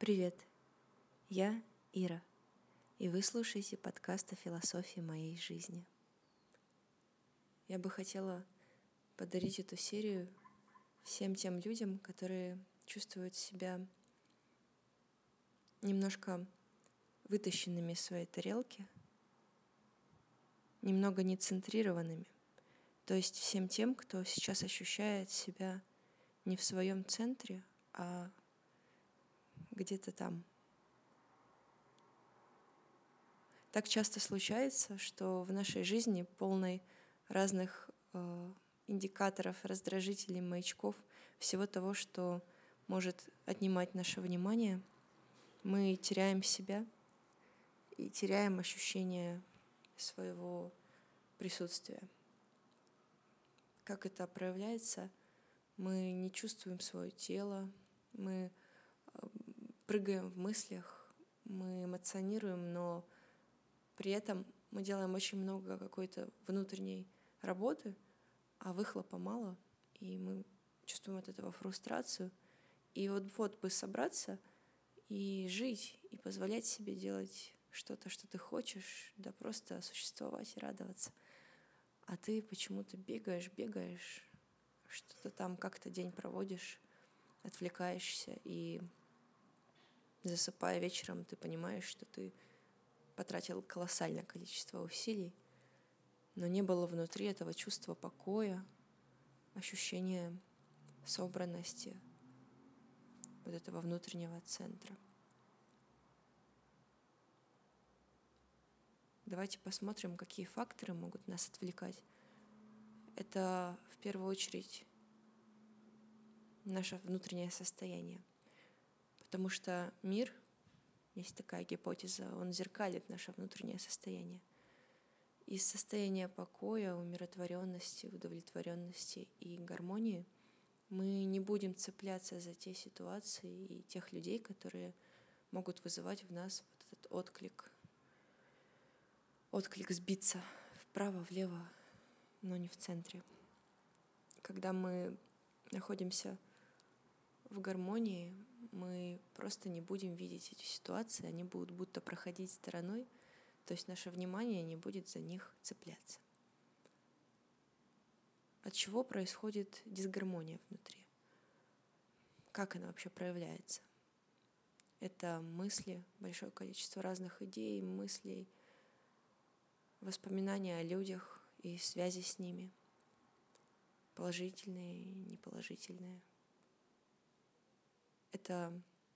Привет, я Ира, и вы слушаете подкаст о философии моей жизни. Я бы хотела подарить эту серию всем тем людям, которые чувствуют себя немножко вытащенными из своей тарелки, немного нецентрированными. То есть всем тем, кто сейчас ощущает себя не в своем центре, а где-то там. Так часто случается, что в нашей жизни, полной разных индикаторов, раздражителей, маячков, всего того, что может отнимать наше внимание, мы теряем себя и теряем ощущение своего присутствия. Как это проявляется? Мы не чувствуем свое тело, мы прыгаем в мыслях, мы эмоционируем, но при этом мы делаем очень много какой-то внутренней работы, а выхлопа мало, и мы чувствуем от этого фрустрацию. И вот бы собраться и жить, и позволять себе делать что-то, что ты хочешь, да просто существовать и радоваться. А ты почему-то бегаешь, что-то там как-то день проводишь, отвлекаешься, и засыпая вечером, ты понимаешь, что ты потратил колоссальное количество усилий, но не было внутри этого чувства покоя, ощущения собранности, вот этого внутреннего центра. Давайте посмотрим, какие факторы могут нас отвлекать. Это в первую очередь наше внутреннее состояние, потому что мир, есть такая гипотеза, он зеркалит наше внутреннее состояние. Из состояния покоя, умиротворенности, удовлетворенности и гармонии мы не будем цепляться за те ситуации и тех людей, которые могут вызывать в нас вот этот отклик сбиться вправо, влево, но не в центре. Когда мы находимся в гармонии, мы просто не будем видеть эти ситуации, они будут будто проходить стороной, то есть наше внимание не будет за них цепляться. От чего происходит дисгармония внутри? Как она вообще проявляется? Это мысли, большое количество разных идей, мыслей, воспоминания о людях и связи с ними, положительные и неположительные. Это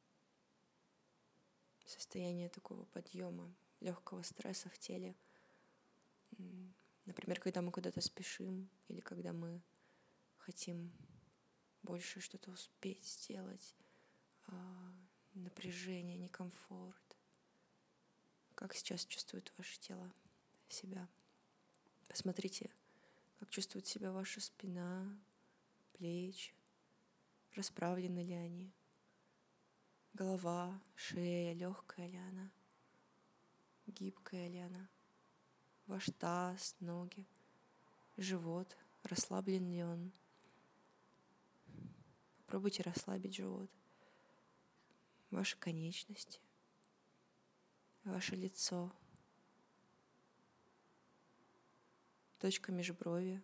состояние такого подъема, легкого стресса в теле. Например, когда мы куда-то спешим или когда мы хотим больше что-то успеть сделать, напряжение, некомфорт. Как сейчас чувствует ваше тело себя? Посмотрите, как чувствует себя ваша спина, плечи, расправлены ли они, голова, шея, легкая ли она, гибкая ли она, ваш таз, ноги, живот, расслаблен ли он. Попробуйте расслабить живот, ваши конечности, ваше лицо, точка межброви.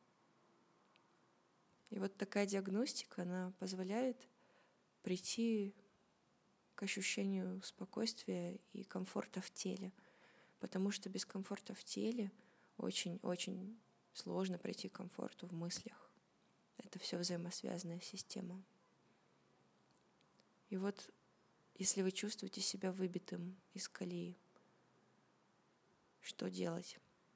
И вот такая диагностика, она позволяет прийти к ощущению спокойствия и комфорта в теле, потому что без комфорта в теле очень-очень сложно прийти к комфорту в мыслях. Это все взаимосвязанная система. И вот если вы чувствуете себя выбитым из колеи, что делать?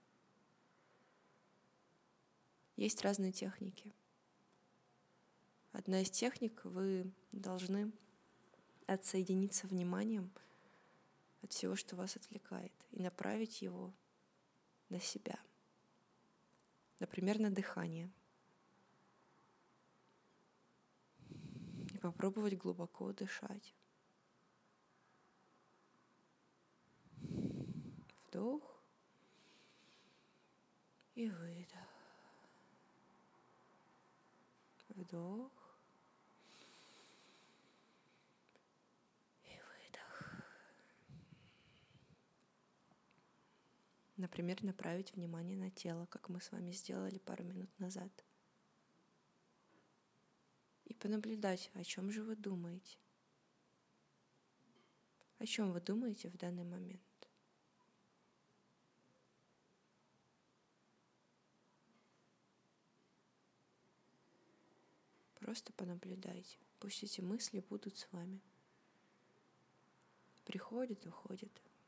Есть разные техники. Одна из техник — вы должны отсоединиться вниманием от всего, что вас отвлекает, и направить его на себя. Например, на дыхание. И попробовать глубоко дышать. Вдох и выдох. Вдох и Например, направить внимание на тело, как мы с вами сделали пару минут назад. И понаблюдать, о чем же вы думаете. О чем вы думаете в данный момент. Просто понаблюдайте. Пусть эти мысли будут с вами. Приходят, уходят.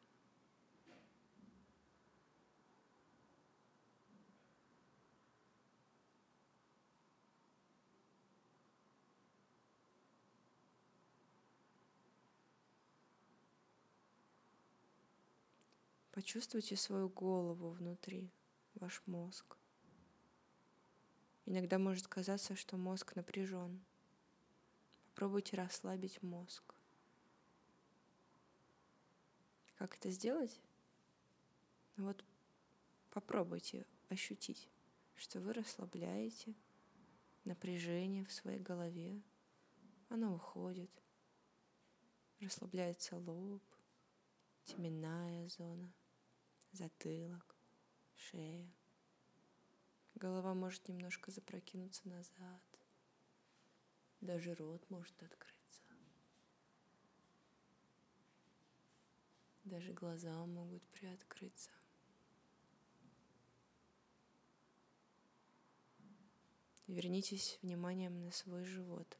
Почувствуйте свою голову внутри, ваш мозг. Иногда может казаться, что мозг напряжен. Попробуйте расслабить мозг. Как это сделать? Вот попробуйте ощутить, что вы расслабляете напряжение в своей голове. Оно уходит. Расслабляется лоб, теменная зона, затылок, шея. Голова может немножко запрокинуться назад. Даже рот может открыться. Даже глаза могут приоткрыться. Вернитесь вниманием на свой живот.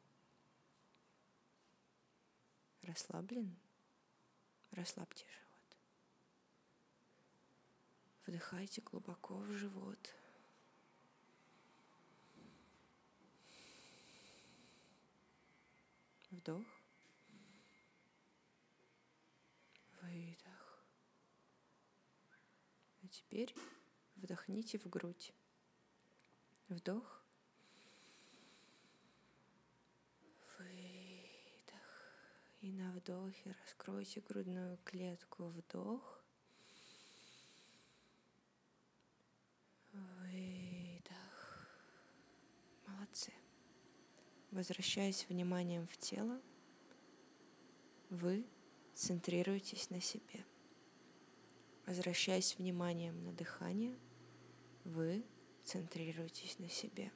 Расслаблен? Расслабьте живот. Вдыхайте глубоко в живот. Вдох. Выдох. А теперь вдохните в грудь. Вдох. Выдох. И на вдохе раскройте грудную клетку. Вдох. Выдох. Молодцы. Возвращаясь вниманием в тело, вы центрируетесь на себе. Возвращаясь вниманием на дыхание, вы центрируетесь на себе.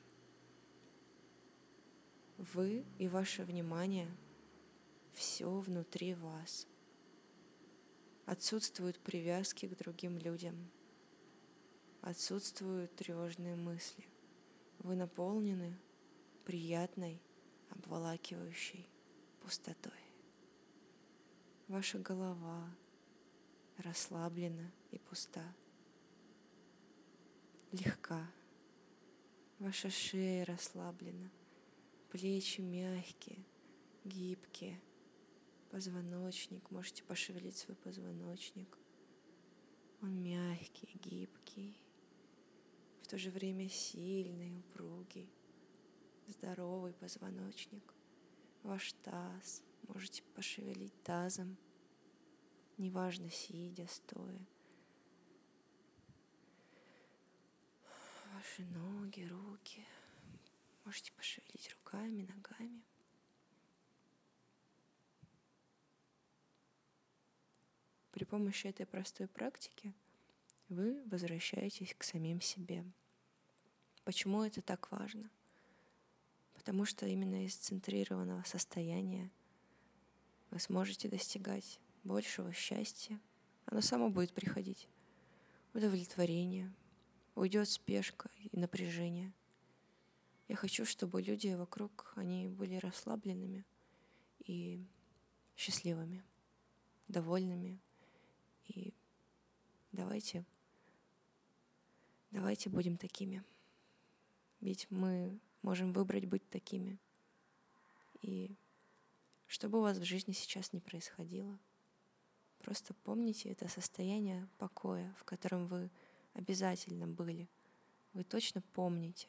Вы и ваше внимание — все внутри вас. Отсутствуют привязки к другим людям. Отсутствуют тревожные мысли. Вы наполнены приятной, обволакивающей пустотой. Ваша голова расслаблена и пуста. Легка. Ваша шея расслаблена. Плечи мягкие, гибкие. Позвоночник. Можете пошевелить свой позвоночник. Он мягкий, гибкий. В то же время сильный, упругий. Здоровый позвоночник. Ваш таз. Можете пошевелить тазом. Неважно, сидя, стоя. Ваши ноги, руки. Можете пошевелить руками, ногами. При помощи этой простой практики вы возвращаетесь к самим себе. Почему это так важно? Потому что именно из центрированного состояния вы сможете достигать большего счастья. Оно само будет приходить. Удовлетворение. Уйдет спешка и напряжение. Я хочу, чтобы люди вокруг, они были расслабленными и счастливыми, довольными. И давайте будем такими. Ведь мы можем выбрать быть такими. И что бы у вас в жизни сейчас ни происходило, просто помните это состояние покоя, в котором вы обязательно были. Вы точно помните.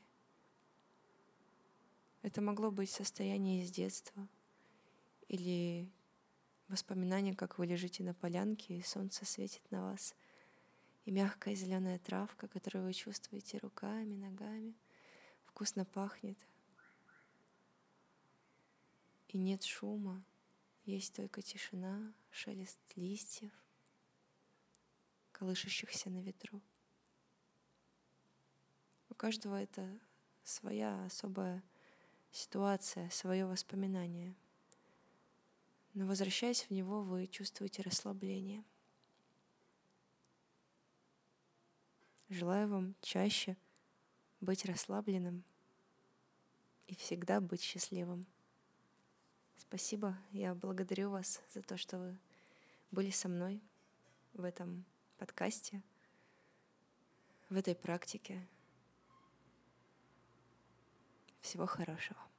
Это могло быть состояние из детства или воспоминание, как вы лежите на полянке, и солнце светит на вас, и мягкая зеленая травка, которую вы чувствуете руками, ногами, вкусно пахнет. И нет шума, есть только тишина, шелест листьев, колышущихся на ветру. У каждого это своя особая ситуация, свое воспоминание. Но возвращаясь в него, вы чувствуете расслабление. Желаю вам чаще быть расслабленным и всегда быть счастливым. Спасибо, я благодарю вас за то, что вы были со мной в этом подкасте, в этой практике. Всего хорошего.